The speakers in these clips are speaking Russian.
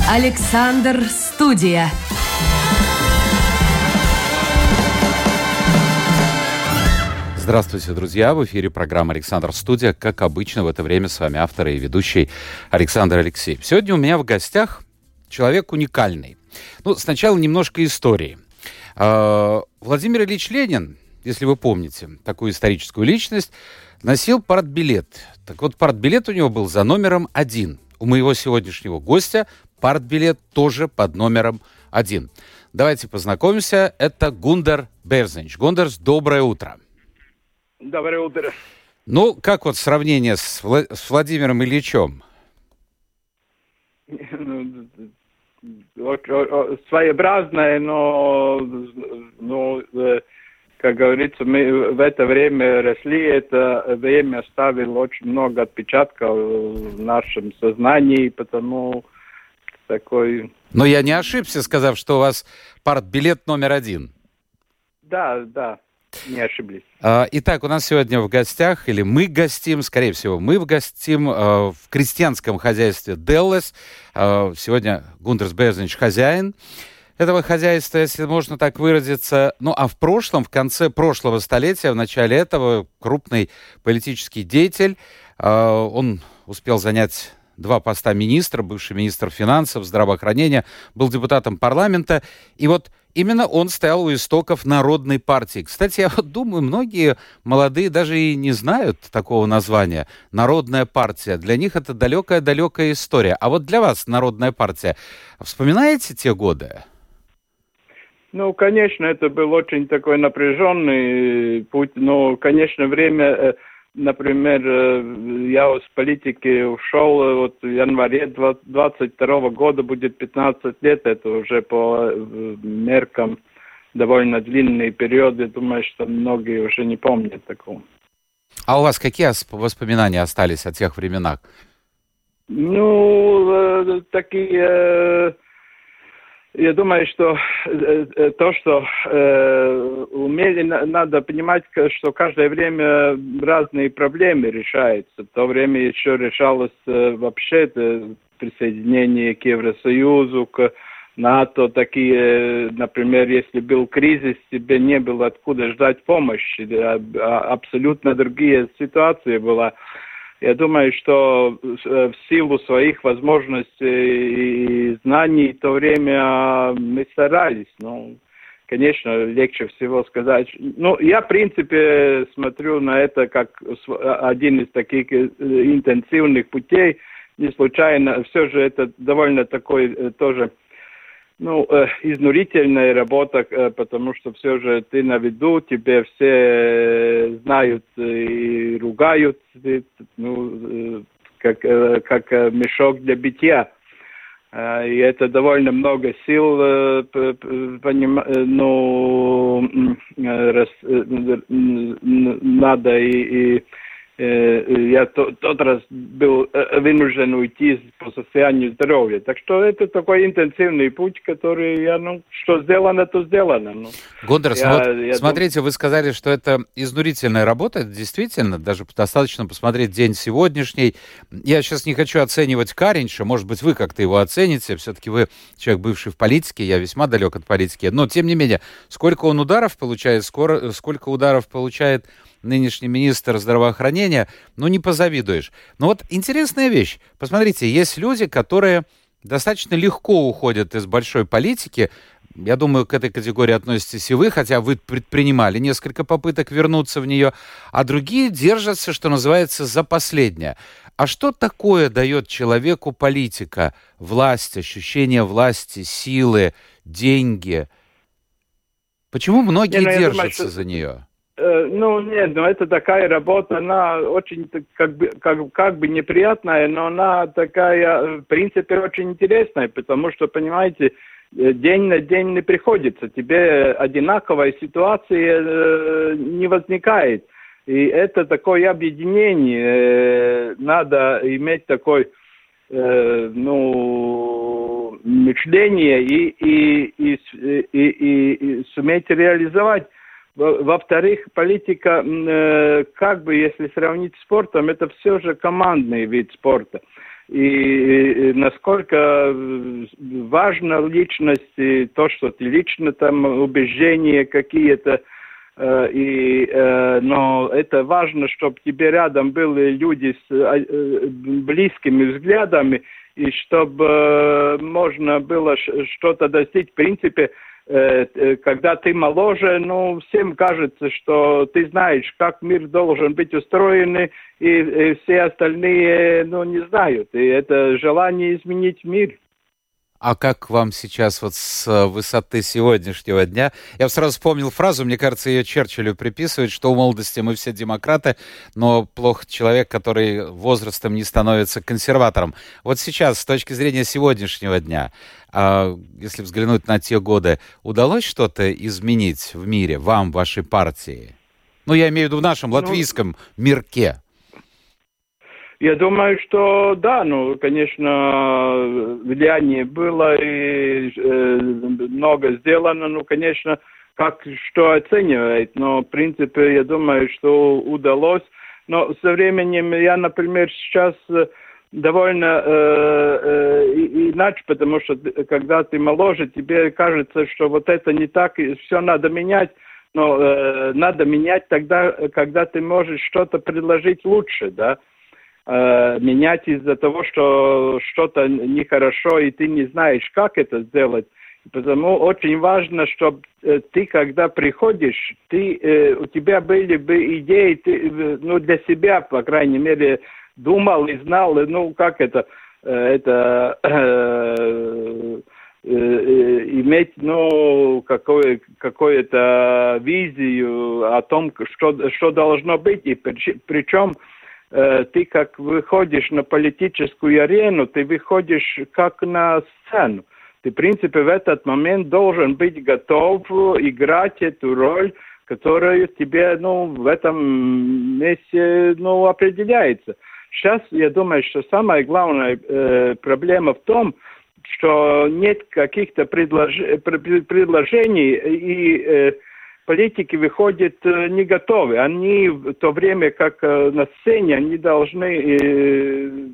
Александр Студия. Здравствуйте, друзья! В эфире программа «Александр Студия». Как обычно, в это время с вами автор и ведущий Александр Алексеев. Сегодня у меня в гостях человек уникальный. Сначала немножко истории. Владимир Ильич Ленин, если вы помните такую историческую личность, носил партбилет. Так вот, партбилет у него был за номером 1. У моего сегодняшнего гостя партбилет тоже под номером 1. Давайте познакомимся. Это Гундар Берзинч. Гундар, доброе утро. Доброе утро. Как вот сравнение с Владимиром Ильичем? Своеобразное, но, как говорится, мы в это время росли, это время оставило очень много отпечатков в нашем сознании, потому такой... Но я не ошибся, сказав, что у вас партбилет номер 1. Да. Не ошиблись. Итак, у нас сегодня в гостях, или мы гостим, скорее всего, мы гостим в крестьянском хозяйстве Деллес. Сегодня Гундар Берзинч хозяин этого хозяйства, если можно так выразиться. А в прошлом, в конце прошлого столетия, в начале этого, крупный политический деятель. Он успел занять 2 поста министра, бывший министр финансов, здравоохранения, был депутатом парламента. И вот именно он стоял у истоков Народной партии. Кстати, я вот думаю, многие молодые даже и не знают такого названия. Народная партия. Для них это далекая-далекая история. А вот для вас Народная партия. Вспоминаете те годы? Конечно, это был очень такой напряженный путь. Конечно, время... Например, я с политики ушел в январе 22 года, будет 15 лет, это уже по меркам довольно длинный период, я думаю, что многие уже не помнят такого. А у вас какие воспоминания остались о тех временах? Такие... Я думаю, что то, что умели, надо понимать, что каждое время разные проблемы решаются. В то время еще решалось вообще присоединение к Евросоюзу, к НАТО. Такие, например, если был кризис, тебе не было откуда ждать помощи. Абсолютно другие ситуации была. Я думаю, что в силу своих возможностей и знаний в то время мы старались. Конечно, легче всего сказать. Я, в принципе, смотрю на это как один из таких интенсивных путей. Не случайно. Все же это довольно такой тоже... изнурительная работа, потому что все же ты на виду, тебе все знают и ругают, как мешок для битья. И это довольно много сил, надо и я тот раз был вынужден уйти по состоянию здоровья. Так что это такой интенсивный путь, который, что сделано, то сделано. Гундар, смотрите, вы сказали, что это изнурительная работа. Это действительно, даже достаточно посмотреть день сегодняшний. Я сейчас не хочу оценивать Кариньша, может быть, вы как-то его оцените. Все-таки вы человек, бывший в политике, я весьма далек от политики. Но, тем не менее, сколько он ударов получает, сколько ударов получает нынешний министр здравоохранения, не позавидуешь. Но вот интересная вещь. Посмотрите, есть люди, которые достаточно легко уходят из большой политики. Я думаю, к этой категории относитесь и вы, хотя вы предпринимали несколько попыток вернуться в нее, а другие держатся, что называется, за последнее. А что такое дает человеку политика? Власть, ощущение власти, силы, деньги? Почему многие держатся за нее? Это такая работа, она очень как бы неприятная, но она такая, в принципе, очень интересная, потому что, понимаете, день на день не приходится, тебе одинаковая ситуация не возникает. И это такое объединение, надо иметь такое, мышление и суметь реализовать. Во-вторых, политика, как бы, если сравнить с спортом, это все же командный вид спорта. и насколько важна личность, и то, что ты лично там убеждения какие-то, но это важно, чтобы тебе рядом были люди с близкими взглядами, и чтобы можно было что-то достичь. В принципе, когда ты моложе, всем кажется, что ты знаешь, как мир должен быть устроен, и все остальные, не знают. И это желание изменить мир. А как вам сейчас вот с высоты сегодняшнего дня? Я сразу вспомнил фразу, мне кажется, ее Черчиллю приписывают, что у молодости мы все демократы, но плох человек, который возрастом не становится консерватором. Вот сейчас, с точки зрения сегодняшнего дня, если взглянуть на те годы, удалось что-то изменить в мире, вам, вашей партии? Я имею в виду в нашем латвийском мирке. Я думаю, что да, конечно, влияние было и много сделано, конечно, что оценивает, но, в принципе, я думаю, что удалось. Но со временем я, например, сейчас довольно иначе, потому что когда ты моложе, тебе кажется, что вот это не так, и все надо менять, но надо менять тогда, когда ты можешь что-то предложить лучше, да. Менять из-за того, что что-то нехорошо, и ты не знаешь, как это сделать. Потому очень важно, чтобы ты, когда приходишь, у тебя были бы идеи, для себя, по крайней мере, думал и знал, как иметь, какую-то визию о том, что должно быть, и причем ты как выходишь на политическую арену, ты выходишь как на сцену. Ты, в принципе, в этот момент должен быть готов играть эту роль, которая тебе, в этом месте, определяется. Сейчас, я думаю, что самая главная проблема в том, что нет каких-то предложений, и политики выходят не готовы. Они в то время, как на сцене, они должны,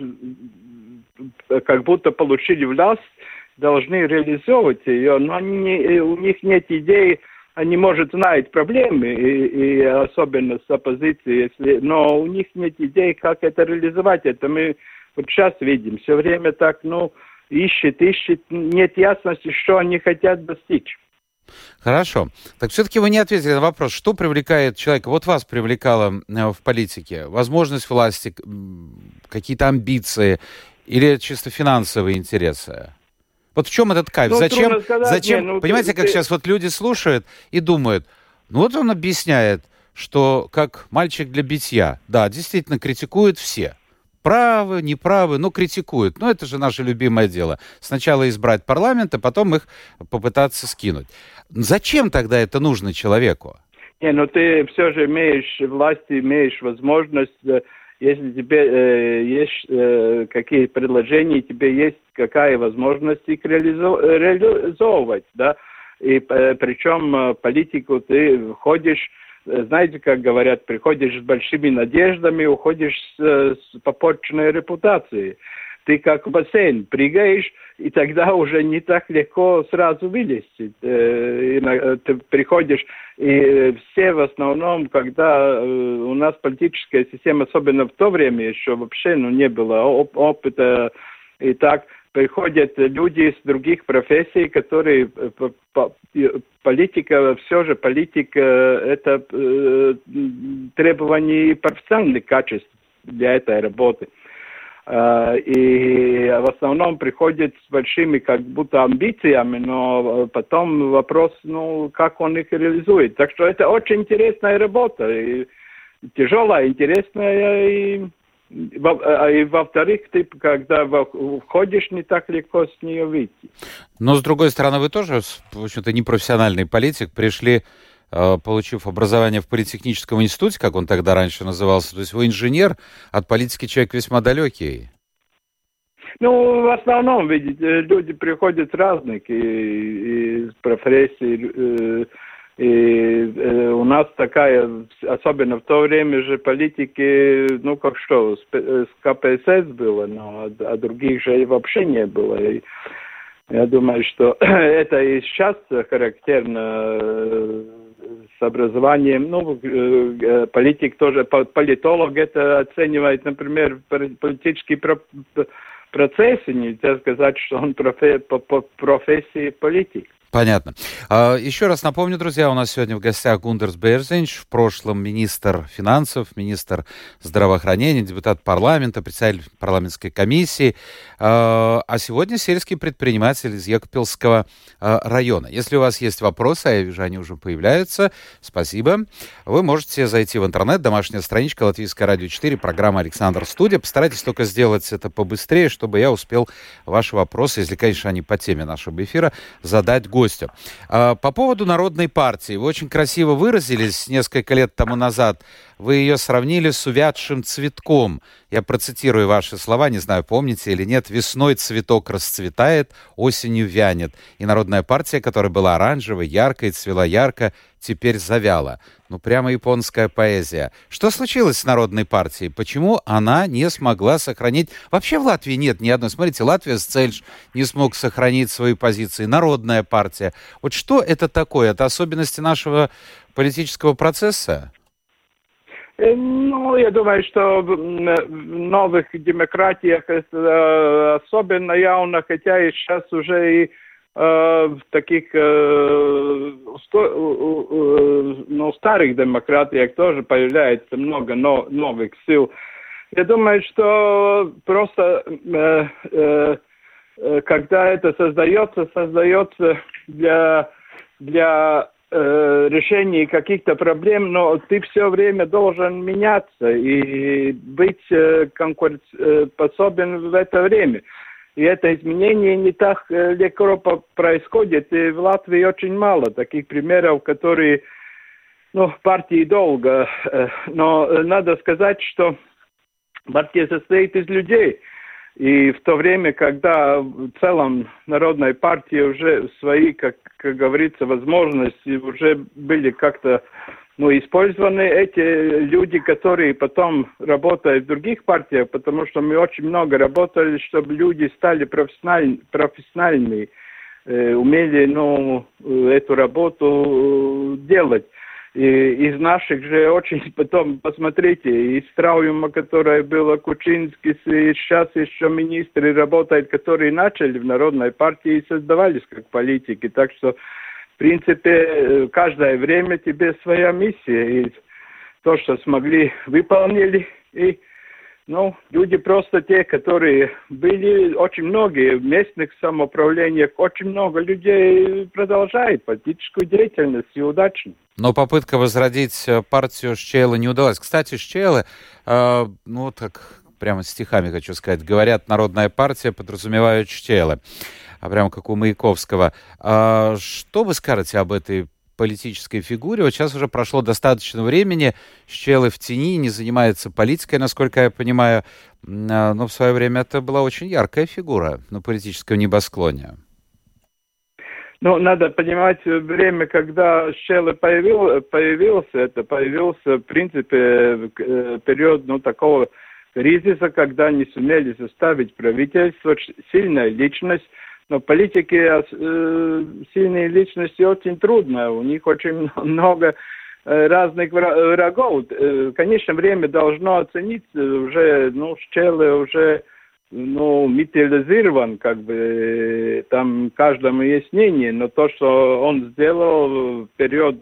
как будто получили власть, должны реализовывать ее, но у них нет идей, они, может, знают проблемы, и особенно с оппозицией, но у них нет идей, как это реализовать. Это мы вот сейчас видим. Все время так, ищет, нет ясности, что они хотят достичь. Хорошо. Так все-таки вы не ответили на вопрос, что привлекает человека? Вот вас привлекало в политике? Возможность власти, какие-то амбиции или чисто финансовые интересы? Вот в чем этот кайф? Зачем? Понимаете, как сейчас вот люди слушают и думают, вот он объясняет, что как мальчик для битья. Да, действительно, критикуют все. Правы, неправы, но критикуют. Это же наше любимое дело. Сначала избрать парламент, а потом их попытаться скинуть. Зачем тогда это нужно человеку? Ты все же имеешь власть, имеешь возможность, если тебе есть какие предложения, тебе есть какая возможность их реализовывать, да? И причем политику ты входишь, знаете, как говорят, приходишь с большими надеждами, уходишь с попорченной репутацией. Ты как в бассейн прыгаешь, и тогда уже не так легко сразу вылезти. Ты приходишь, и все в основном, когда у нас политическая система, особенно в то время еще вообще не было опыта, и так приходят люди с других профессий, которые политика, все же политика, это требование профессиональных качеств для этой работы. И в основном приходят с большими как будто амбициями, но потом вопрос, как он их реализует. Так что это очень интересная работа, и тяжелая, интересная, и во-вторых, ты, когда входишь, не так легко с нее выйти. Но, с другой стороны, вы тоже, в общем-то, непрофессиональный политик, пришли, получив образование в политехническом институте, как он тогда раньше назывался, то есть вы инженер, от политики человек весьма далекий. В основном, видите, люди приходят разных из профессий, И у нас такая, особенно в то время же политики, ну как что, с КПСС было, но а других же вообще не было. И я думаю, что это и сейчас характерно с образованием. Ну, политик тоже, политолог это оценивает, например, политический процесс, и нельзя сказать, что он по профессии политик. Понятно. Еще раз напомню, друзья, у нас сегодня в гостях Гундерс Берзинш, в прошлом министр финансов, министр здравоохранения, депутат парламента, председатель парламентской комиссии, а сегодня сельский предприниматель из Екапельского района. Если у вас есть вопросы, а я вижу, они уже появляются, спасибо, вы можете зайти в интернет, домашняя страничка Латвийское радио 4, программа «Александр Студия». Постарайтесь только сделать это побыстрее, чтобы я успел ваши вопросы, если, конечно, они по теме нашего эфира, задать гостю. По поводу Народной партии. Вы очень красиво выразились несколько лет тому назад. Вы ее сравнили с увядшим цветком. Я процитирую ваши слова, не знаю, помните или нет. «Весной цветок расцветает, осенью вянет». И Народная партия, которая была оранжевой, яркой, цвела ярко, теперь завяла. Ну, прямо японская поэзия. Что случилось с Народной партией? Почему она не смогла сохранить... Вообще в Латвии нет ни одной. Смотрите, Латвия с Цельш не смог сохранить свои позиции. Народная партия. Вот что это такое? Это особенности нашего политического процесса? Ну, я думаю, что в новых демократиях это особенно явно, хотя и сейчас уже и в таких старых демократиях тоже появляется много новых сил. Я думаю, что просто когда это создается для решения каких-то проблем, но ты все время должен меняться и быть конкурентоспособен в это время. И это изменение не так легко происходит. И в Латвии очень мало таких примеров, которые, партии долго. Но надо сказать, что партия состоит из людей. И в то время, когда в целом Народной партии уже свои, как говорится, возможности уже были как-то использованы, эти люди, которые потом работают в других партиях, потому что мы очень много работали, чтобы люди стали профессиональными, умели эту работу делать. И из наших же очень потом, посмотрите, из Страуюма, которая была Кучинский, и сейчас еще министры работают, которые начали в Народной партии и создавались как политики. Так что, в принципе, каждое время тебе своя миссия. И то, что смогли, выполнили. И люди просто те, которые были, очень многие в местных самоуправлениях, очень много людей продолжают политическую деятельность и удачно. Но попытка возродить партию Šķēle не удалась. Кстати, Šķēle, так прямо стихами хочу сказать, говорят, Народная партия подразумевает Šķēle, прямо как у Маяковского. Что вы скажете об этой политической фигуре? Вот сейчас уже прошло достаточно времени, Šķēle в тени, не занимается политикой, насколько я понимаю, но в свое время это была очень яркая фигура на политическом небосклоне. Надо понимать, время, когда Šķēle появился, в принципе, период, такого кризиса, когда не сумели составить правительство, сильная личность, но политики, сильные личности очень трудно, у них очень много разных врагов. Конечно, время должно оценить, уже, Šķēle уже митилизирован, там каждому есть мнение, но то, что он сделал в период,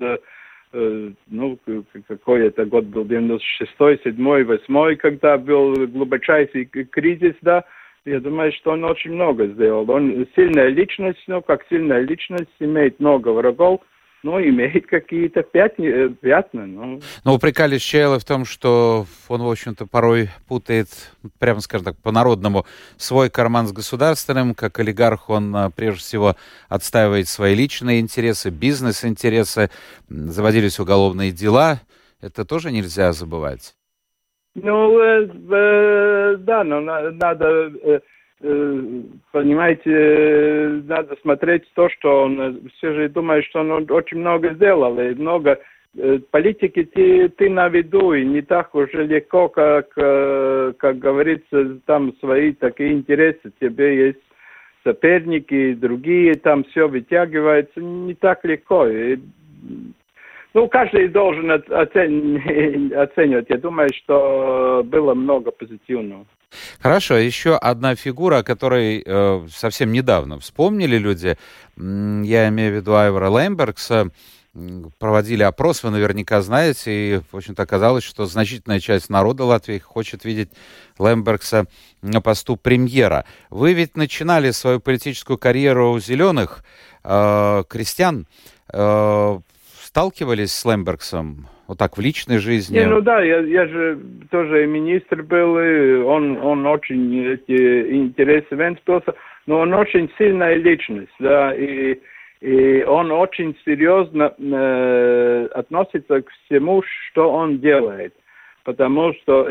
какой это год был, 96-й, 7-й, 8-й, когда был глубочайший кризис, да, я думаю, что он очень много сделал. Он сильная личность, как сильная личность, имеет много врагов, имеет какие-то пятна. Упрекали Šķēle в том, что он, в общем-то, порой путает, прямо скажем так, по-народному, свой карман с государственным. Как олигарх он, прежде всего, отстаивает свои личные интересы, бизнес-интересы. Заводились уголовные дела. Это тоже нельзя забывать. Да, но надо понимаете, надо смотреть то, что он, все же думают, что он очень много сделал, и много политики ты на виду, и не так уже легко, как говорится, там свои такие интересы, тебе есть соперники, другие, там все вытягивается, не так легко. И, каждый должен оценивать. Я думаю, что было много позитивного. Хорошо, еще одна фигура, о которой совсем недавно вспомнили люди, я имею в виду Айвара Лембергса, проводили опрос, вы наверняка знаете, и, в общем-то, оказалось, что значительная часть народа Латвии хочет видеть Лембергса на посту премьера. Вы ведь начинали свою политическую карьеру у «Зеленых», крестьян, сталкивались с Лембергсом вот так в личной жизни? Я же тоже министр был, и он очень эти интересы венспился, но он очень сильная личность, да, и он очень серьезно относится к всему, что он делает. Потому что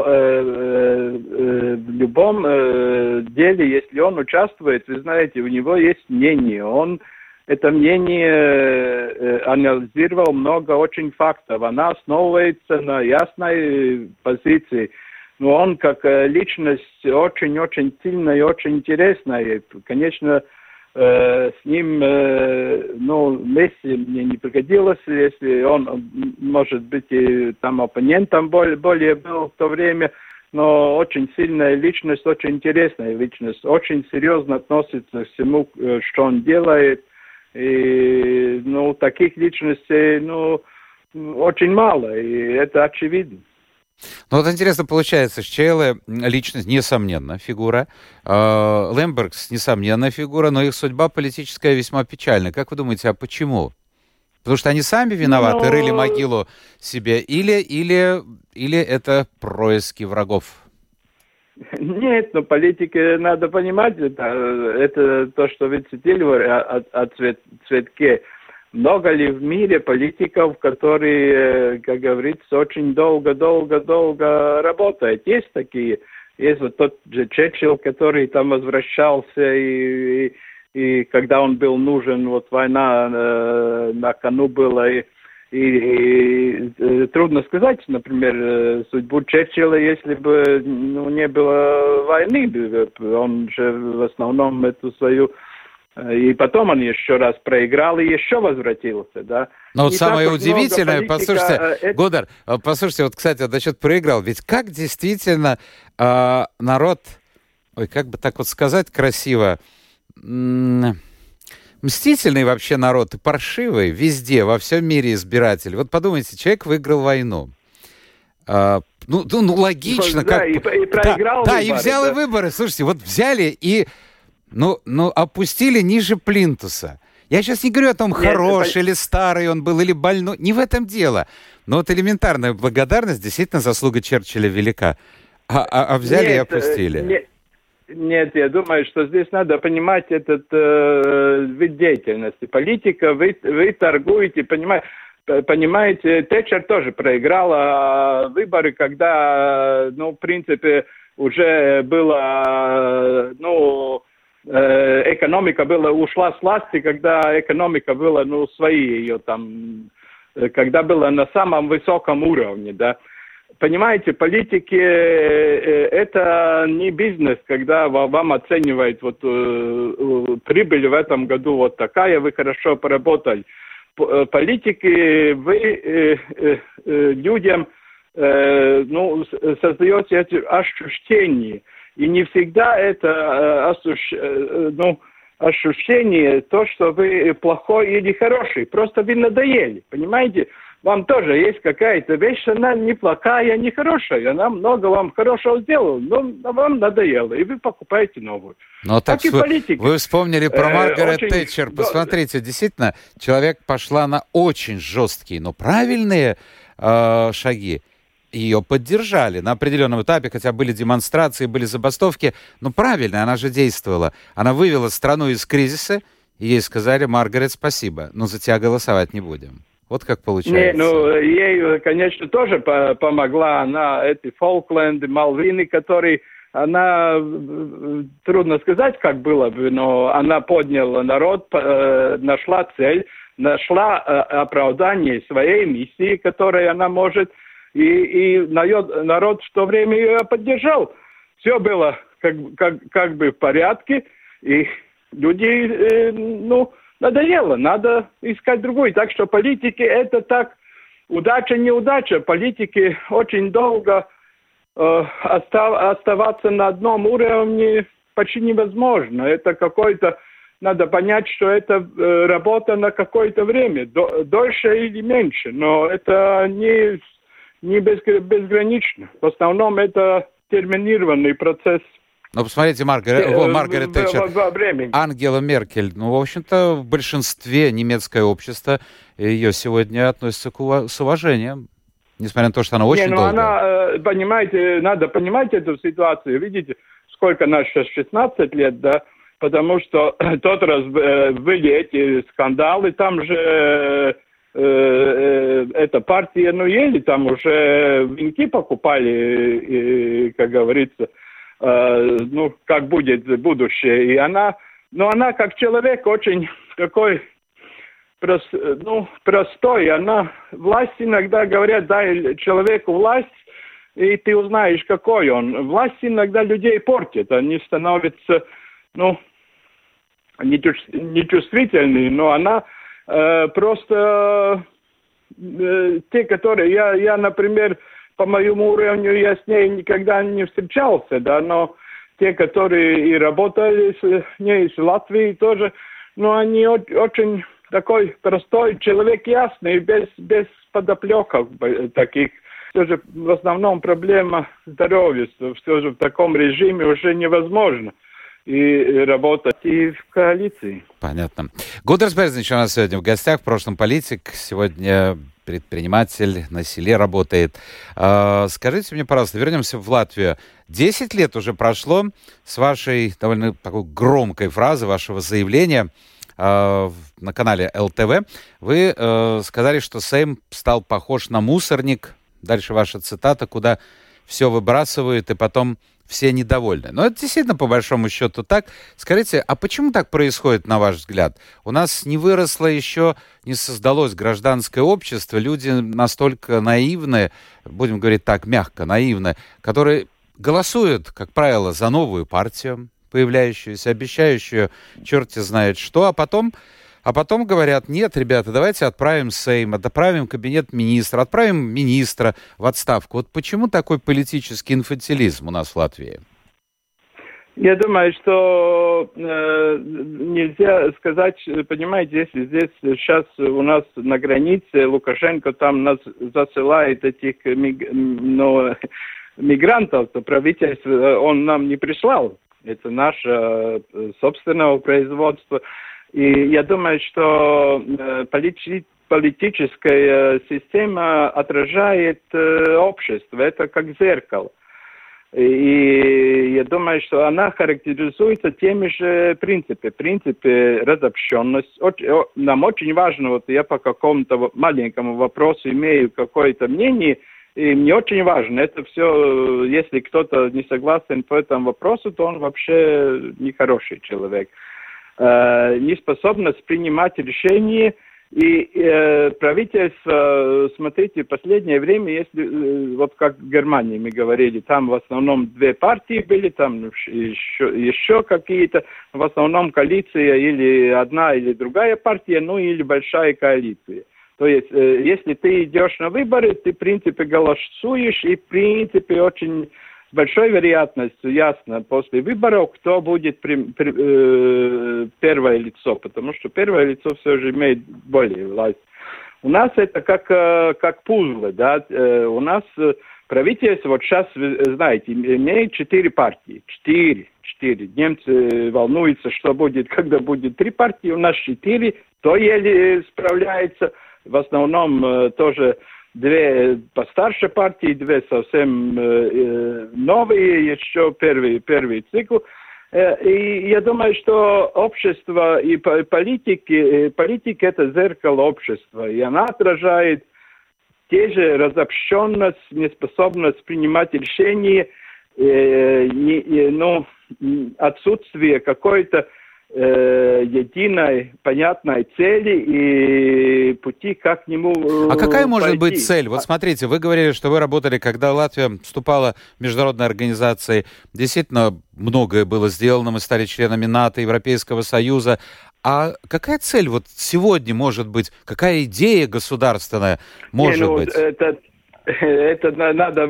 в любом деле, если он участвует, вы знаете, у него есть мнение. Он это мнение анализировал много очень фактов. Она основывается на ясной позиции. Но он как личность очень-очень сильная и очень интересная. Конечно, с ним, вместе мне не пригодилось, если он, может быть, и там оппонентом более был в то время, но очень сильная личность, очень интересная личность, очень серьезно относится к всему, что он делает. И, таких личностей, очень мало, и это очевидно. Вот интересно получается, Шчейле личность, несомненно, фигура, Лембергс, несомненно, фигура, но их судьба политическая весьма печальна. Как вы думаете, а почему? Потому что они сами виноваты, рыли могилу себе, или это происки врагов? Нет, политике надо понимать, это то, что вы цитировали о Цветке. Много ли в мире политиков, которые, как говорится, очень долго работают? Есть такие. Есть вот тот же Черчилль, который там возвращался, и когда он был нужен, вот война на кону была, и трудно сказать, например, судьбу Черчилля, если бы не было войны. Он же в основном эту свою... И потом он еще раз проиграл и еще возвратился, да. Но вот самое удивительное, послушайте, Годар, послушайте, вот, кстати, насчет проиграл, ведь как действительно народ, как бы так вот сказать красиво, мстительный вообще народ и паршивый везде, во всем мире избиратель. Вот подумайте, человек выиграл войну. Логично. Да, и проиграл выборы. Да, и взял и выборы. Слушайте, вот взяли и... опустили ниже плинтуса. Я сейчас не говорю о том, хороший или старый он был, или больной. Не в этом дело. Но вот элементарная благодарность, действительно, заслуга Черчилля велика. А взяли и опустили. Нет, я думаю, что здесь надо понимать этот вид деятельности. Политика, вы торгуете, понимаете, Тэтчер тоже проиграла выборы, когда, в принципе, уже было, экономика ушла с власти, когда экономика была, свои ее там, когда была на самом высоком уровне, да. Понимаете, политики это не бизнес, когда вам оценивают прибыль в этом году вот такая, вы хорошо поработали. Политики, вы людям создаете эти ощущения. И не всегда это ощущение, то, что вы плохой или хороший. Просто вы надоели, понимаете? Вам тоже есть какая-то вещь, она не плохая, не хорошая. Она много вам хорошего сделала, но вам надоело, и вы покупаете новую. Так вы вспомнили про Маргарет Тэтчер. Посмотрите, действительно, человек пошла на очень жесткие, но правильные шаги. Ее поддержали на определенном этапе, хотя были демонстрации, были забастовки, но правильно, она же действовала. Она вывела страну из кризиса, и ей сказали: Маргарет, спасибо, но за тебя голосовать не будем. Вот как получается. Ей, конечно, тоже помогла она, эти Фолкленды, Малвины, которые она, трудно сказать, как было бы, но она подняла народ, нашла цель, нашла оправдание своей миссии, которой она может, и народ в то время ее поддержал. Все было как бы в порядке, и люди, надоело, надо искать другую. Так что политики это так, удача, неудача. Политики очень долго оставаться на одном уровне почти невозможно. Это надо понять, что это работа на какое-то время, дольше или меньше, но это не безгранично. В основном это терминированный процесс. Ну, посмотрите, Маргарет Тэтчер, Ангела Меркель. Ну, в общем-то, в большинстве немецкое общество ее сегодня относится с уважением. Несмотря на то, что она очень долгая. Она, понимаете, надо понимать эту ситуацию. Видите, сколько нас сейчас, 16 лет, да? Потому что тот раз были эти скандалы, там же эта партия, ели, там уже венки покупали, как говорится, как будет будущее. И она как человек очень такой простой. Власть иногда говорят, дай человеку власть, и ты узнаешь, какой он. Власть иногда людей портит, они становятся, нечувствительны, но она просто те, которые я, например, по моему уровню, я с ней никогда не встречался, да, но те, которые и работали с ней, с Латвией тоже, они очень такой простой человек, ясный, без подоплёков таких. Все же в основном проблема здоровья, все же в таком режиме уже невозможно и работать и в коалиции. Понятно. Гудерс Берзинч у нас сегодня в гостях, в прошлом политик, сегодня предприниматель, на селе работает. Скажите мне, пожалуйста, вернемся в Латвию. 10 лет уже прошло с вашей довольно такой громкой фразы, вашего заявления на канале ЛТВ. Вы сказали, что Сейм стал похож на мусорник. Дальше ваша цитата, куда все выбрасывают, и потом все недовольны. Но это действительно, по большому счету, так. Скажите, а почему так происходит, на ваш взгляд? У нас не выросло еще, не создалось гражданское общество, люди настолько наивны, будем говорить так, мягко, наивны, которые голосуют, как правило, за новую партию, появляющуюся, обещающую черти знает что, а потом говорят, нет, ребята, давайте отправим Сейм, отправим кабинет министра, отправим министра в отставку. Вот почему такой политический инфантилизм у нас в Латвии? Я думаю, что нельзя сказать, понимаете, если здесь сейчас у нас на границе Лукашенко там нас засылает этих мигрантов, то правительство он нам не прислал. Это наше собственное производство. И я думаю, что политическая система отражает общество. Это как зеркало. И я думаю, что она характеризуется теми же принципами. Принципы разобщенности. Нам очень важно, вот я по какому-то маленькому вопросу имею какое-то мнение, и мне очень важно, это все, если кто-то не согласен по этому вопросу, то он вообще нехороший человек. Не способность принимать решения. И правительство, смотрите, в последнее время, если, вот как в Германии мы говорили, там в основном две партии были, там еще какие-то, в основном коалиция или одна или другая партия, или большая коалиция. То есть, если ты идешь на выборы, ты, в принципе, голосуешь, и, в принципе, очень с большой вероятностью ясно после выборов, кто будет первое лицо, потому что первое лицо все же имеет более власть. У нас это как пузлы, да, у нас правительство, вот сейчас, вы знаете, имеет 4 партии, 4. Немцы волнуются, что будет, когда будет 3 партии, у нас 4, то еле справляется. В основном тоже 2 постарше партии, 2 совсем новые, еще первый цикл. И я думаю, что общество и политика это зеркало общества, и она отражает те же разобщенность, неспособность принимать решения. отсутствие какой-то единой, понятной цели и пути, как к нему А какая может пойти. быть цель? Вот смотрите, вы говорили, что вы работали, когда Латвия вступала в международные организации. Действительно, многое было сделано, мы стали членами НАТО, Европейского Союза. А какая цель вот сегодня может быть? Какая идея государственная может быть? Это надо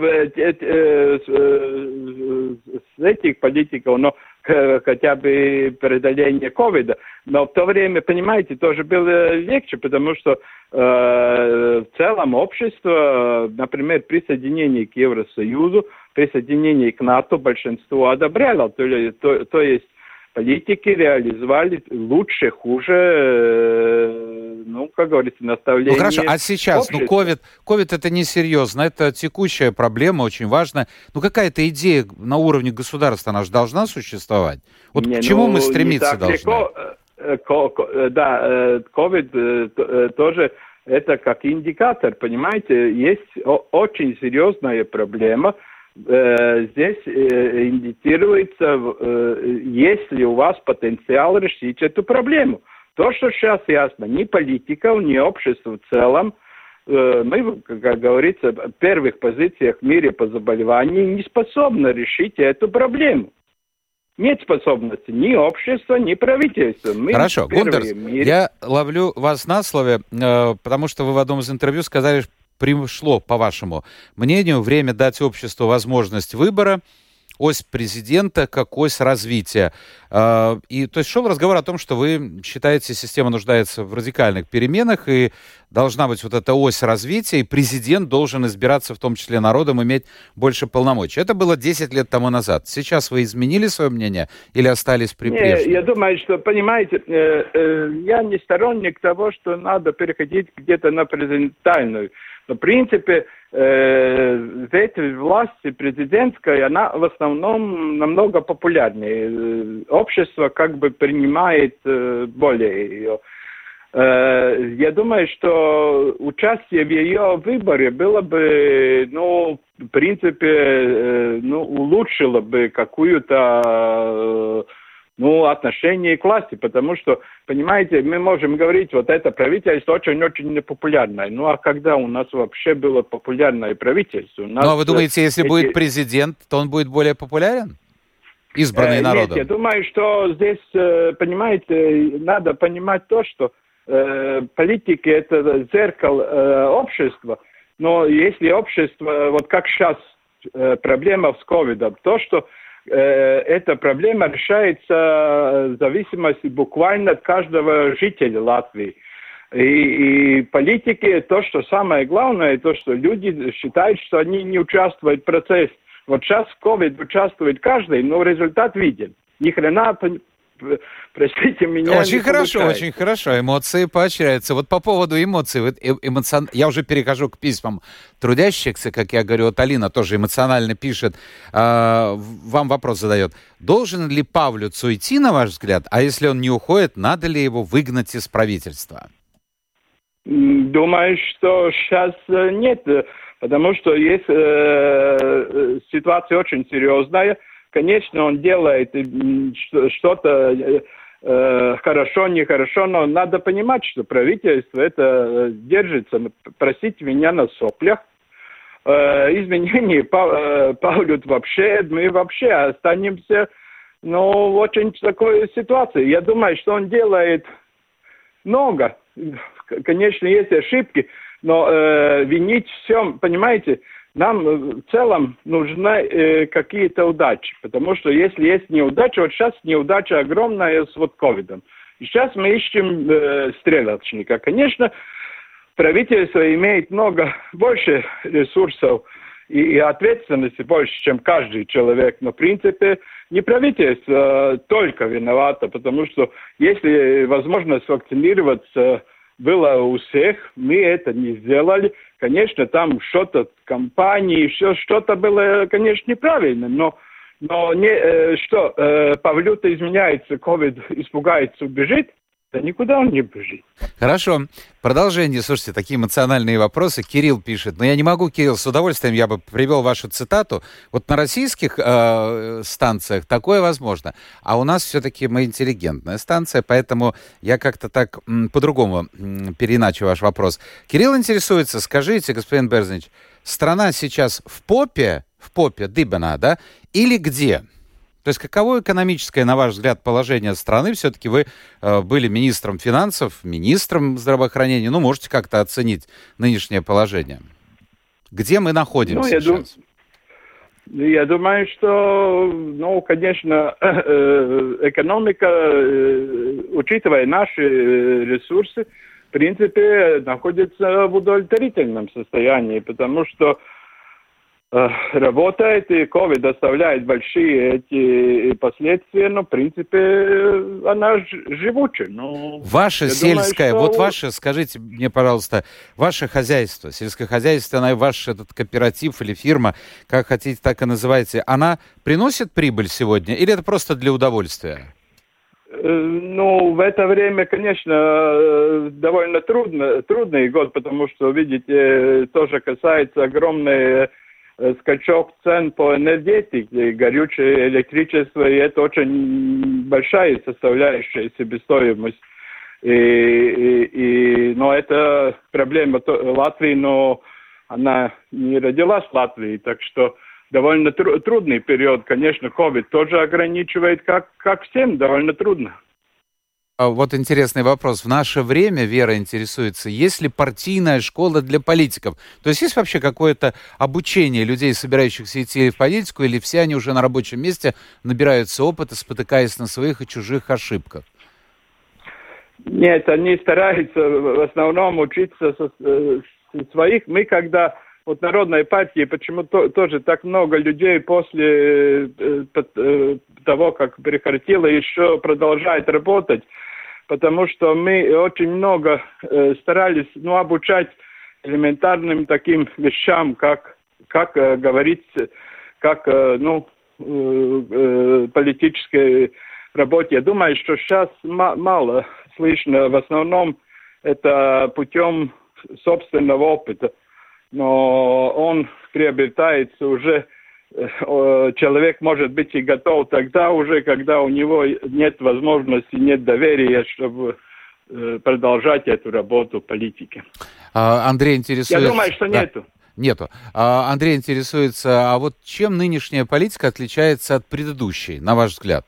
с этих политиков, но хотя бы преодоление ковида. Но в то время, понимаете, тоже было легче, потому что в целом общество, например, присоединение к Евросоюзу, присоединение к НАТО большинство одобряло. То есть политики реализовали лучше, хуже, как говорится, наставление. Ну хорошо, а сейчас, ковид это несерьезно, это текущая проблема, очень важная. Ну какая-то идея на уровне государства, она же должна существовать? Вот к чему мы стремиться должны? Да, ковид тоже это как индикатор, понимаете, есть очень серьезная проблема. Здесь индицируется, есть ли у вас потенциал решить эту проблему. То, что сейчас ясно, ни политиков, ни общество в целом, мы, как говорится, в первых позициях в мире по заболеваниям не способны решить эту проблему. Нет способности ни общества, ни правительства. Хорошо, Гундерс, я ловлю вас на слове, потому что вы в одном из интервью сказали, что пришло, по вашему мнению, время дать обществу возможность выбора, ось президента как ось развития. И то есть шел разговор о том, что вы считаете, система нуждается в радикальных переменах, и должна быть вот эта ось развития, и президент должен избираться, в том числе народом, иметь больше полномочий. Это было 10 лет тому назад. Сейчас вы изменили свое мнение или остались при прежнем? Я думаю, что, понимаете, я не сторонник того, что надо переходить где-то на президентальную. Но, в принципе, ветвь власти президентская, она в основном намного популярнее. Общество как бы принимает более ее. Я думаю, что участие в ее выборе было бы, в принципе, улучшило бы какую-то отношение к власти, потому что, понимаете, мы можем говорить, вот это правительство очень-очень непопулярное. Ну, а когда у нас вообще было популярное правительство? Ну, а вы думаете, если будет президент, то он будет более популярен? Избранный народом? Нет, я думаю, что здесь, понимаете, надо понимать то, что политики – это зеркало общества, но если общество, вот как сейчас проблема с ковидом, то, что эта проблема решается в зависимости буквально от каждого жителя Латвии. И политики, то, что самое главное, то, что люди считают, что они не участвуют в процессе. Вот сейчас в COVID участвует каждый, но результат виден. Ни хрена, простите меня, очень хорошо, очень хорошо. Эмоции поощряются. Вот по поводу эмоций. Я уже перехожу к письмам трудящихся, как я говорю, вот Алина тоже эмоционально пишет. Вам вопрос задает. Должен ли Павлюц уйти, на ваш взгляд? А если он не уходит, надо ли его выгнать из правительства? Думаю, что сейчас нет. Потому что есть ситуация очень серьезная. Конечно, он делает что-то хорошо, нехорошо, но надо понимать, что правительство это держится, простите меня, на соплях. Изменения Павлют вообще, мы вообще останемся в очень такой ситуации. Я думаю, что он делает много. Конечно, есть ошибки, но винить всем, понимаете, нам в целом нужны какие-то удачи, потому что если есть неудача, вот сейчас неудача огромная с ковидом. И сейчас мы ищем стрелочника. Конечно, правительство имеет больше ресурсов и ответственности больше, чем каждый человек, но в принципе не правительство только виновато, потому что если возможность вакцинироваться было у всех, мы это не сделали. Конечно, там что-то, компании, что-то было, конечно, неправильно, но не, Павлюта изменяется, ковид испугается, убежит. Да никуда он не бежит. Хорошо. Продолжение. Слушайте, такие эмоциональные вопросы. Кирилл пишет. Но я не могу, Кирилл, с удовольствием я бы привел вашу цитату. Вот на российских станциях такое возможно. А у нас все-таки мы интеллигентная станция, поэтому я как-то так по-другому переиначу ваш вопрос. Кирилл интересуется. Скажите, господин Берзнич, страна сейчас в попе дыбана, да? Или где? То есть каково экономическое, на ваш взгляд, положение страны? Все-таки вы были министром финансов, министром здравоохранения. Ну, можете как-то оценить нынешнее положение. Где мы находимся сейчас? Я думаю, что, конечно, экономика, учитывая наши ресурсы, в принципе, находится в удовлетворительном состоянии, потому что работает, и COVID доставляет большие эти последствия, но, в принципе, она живучая. Ваше сельское, думаю, ваше, скажите мне, пожалуйста, ваше хозяйство, сельскохозяйственное, ваш этот кооператив или фирма, как хотите, так и называйте, она приносит прибыль сегодня или это просто для удовольствия? В это время, конечно, довольно трудный год, потому что, видите, тоже касается огромной скачок цен по энергетике, горючее электричество, и это очень большая составляющая себестоимость. Но это проблема Латвии, но она не родилась в Латвии, так что довольно трудный период. Конечно, COVID тоже ограничивает, как всем, довольно трудно. Вот интересный вопрос. В наше время, Вера интересуется, есть ли партийная школа для политиков? То есть есть вообще какое-то обучение людей, собирающихся идти в политику, или все они уже на рабочем месте набираются опыта, спотыкаясь на своих и чужих ошибках? Нет, они стараются в основном учиться со своих. Мы когда... Вот Народной партии почему-то тоже так много людей после того, как прекратила, еще продолжает работать, потому что мы очень много старались обучать элементарным таким вещам, как говорить, как политической работе. Я думаю, что сейчас мало слышно, в основном это путем собственного опыта. Но он приобретается уже, человек может быть и готов тогда уже, когда у него нет возможности, нет доверия, чтобы продолжать эту работу в политике. Андрей интересуется... Я думаю, что нету. Нету. Андрей интересуется, а вот чем нынешняя политика отличается от предыдущей, на ваш взгляд?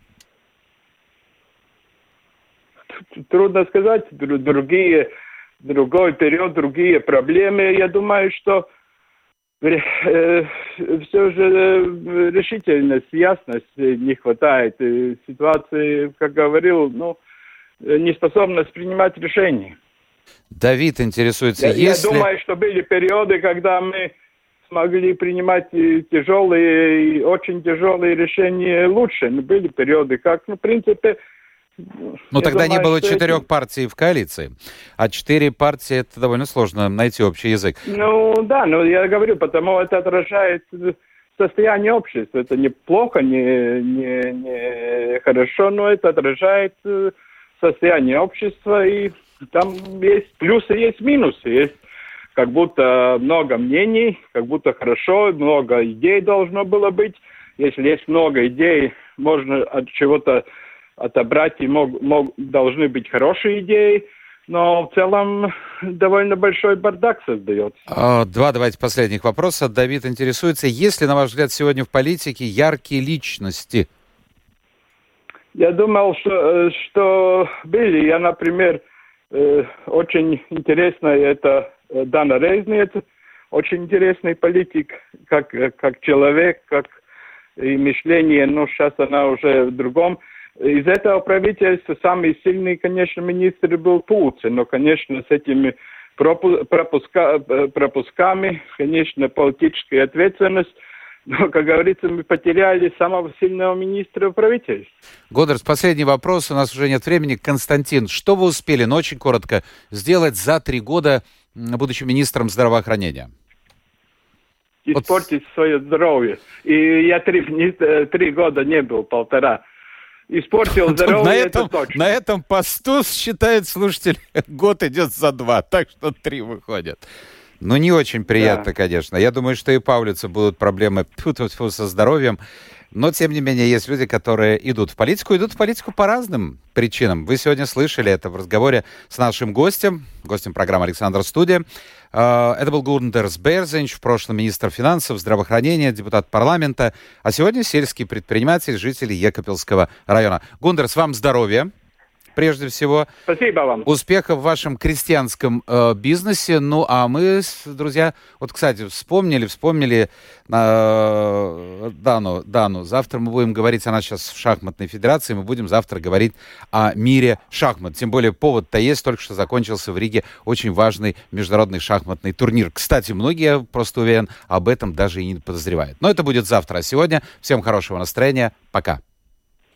Трудно сказать. Другой период, другие проблемы. Я думаю, что все же решительности, ясности не хватает. Ситуации, как говорил, неспособность принимать решения. Давид интересуется, Я думаю, что были периоды, когда мы смогли принимать тяжелые, очень тяжелые решения лучше. Но были периоды, как, в принципе... Но тогда не было 4 партий в коалиции. А 4 партии, это довольно сложно найти общий язык. Я говорю, потому это отражает состояние общества. Это не плохо, не хорошо, но это отражает состояние общества. И там есть плюсы, есть минусы. Есть как будто много мнений, как будто хорошо, много идей должно было быть. Если есть много идей, можно от чего-то отобрать, и должны быть хорошие идеи, но в целом довольно большой бардак создается. Давайте последних вопроса. Давид интересуется, есть ли, на ваш взгляд, сегодня в политике яркие личности? Я думал, что были. Я, например, очень интересный, это Дана Рейзнец, очень интересный политик, как человек, как и мышление, но сейчас она уже в другом. Из этого правительства самый сильный, конечно, министр был Пулцин, но, конечно, с этими пропусками, конечно, политическая ответственность, но, как говорится, мы потеряли самого сильного министра в правительстве. Годдарс, последний вопрос, у нас уже нет времени. Константин, что вы успели, но очень коротко, сделать за 3 года, будучи министром здравоохранения? Испортить свое здоровье. И я 3 года не был, 1,5. испортил здоровье, это точно. На этом посту, считает слушатель, год идет за 2, так что 3 выходят. Ну, не очень приятно, конечно. Я думаю, что и у Павлица будут проблемы со здоровьем. Но, тем не менее, есть люди, которые идут в политику по разным причинам. Вы сегодня слышали это в разговоре с нашим гостем программы «Александр Студия». Это был Гундерс Берзинч, в прошлом министр финансов, здравоохранения, депутат парламента, а сегодня сельский предприниматель, житель Екапельского района. Гундерс, вам здоровья. Прежде всего, спасибо вам. Успехов в вашем крестьянском бизнесе. Ну, а мы, друзья, вот, кстати, вспомнили Дану. Завтра мы будем говорить, она сейчас в шахматной федерации, мы будем завтра говорить о мире шахмат. Тем более повод-то есть, только что закончился в Риге очень важный международный шахматный турнир. Кстати, многие, я просто уверен, об этом даже и не подозревают. Но это будет завтра. А сегодня всем хорошего настроения. Пока.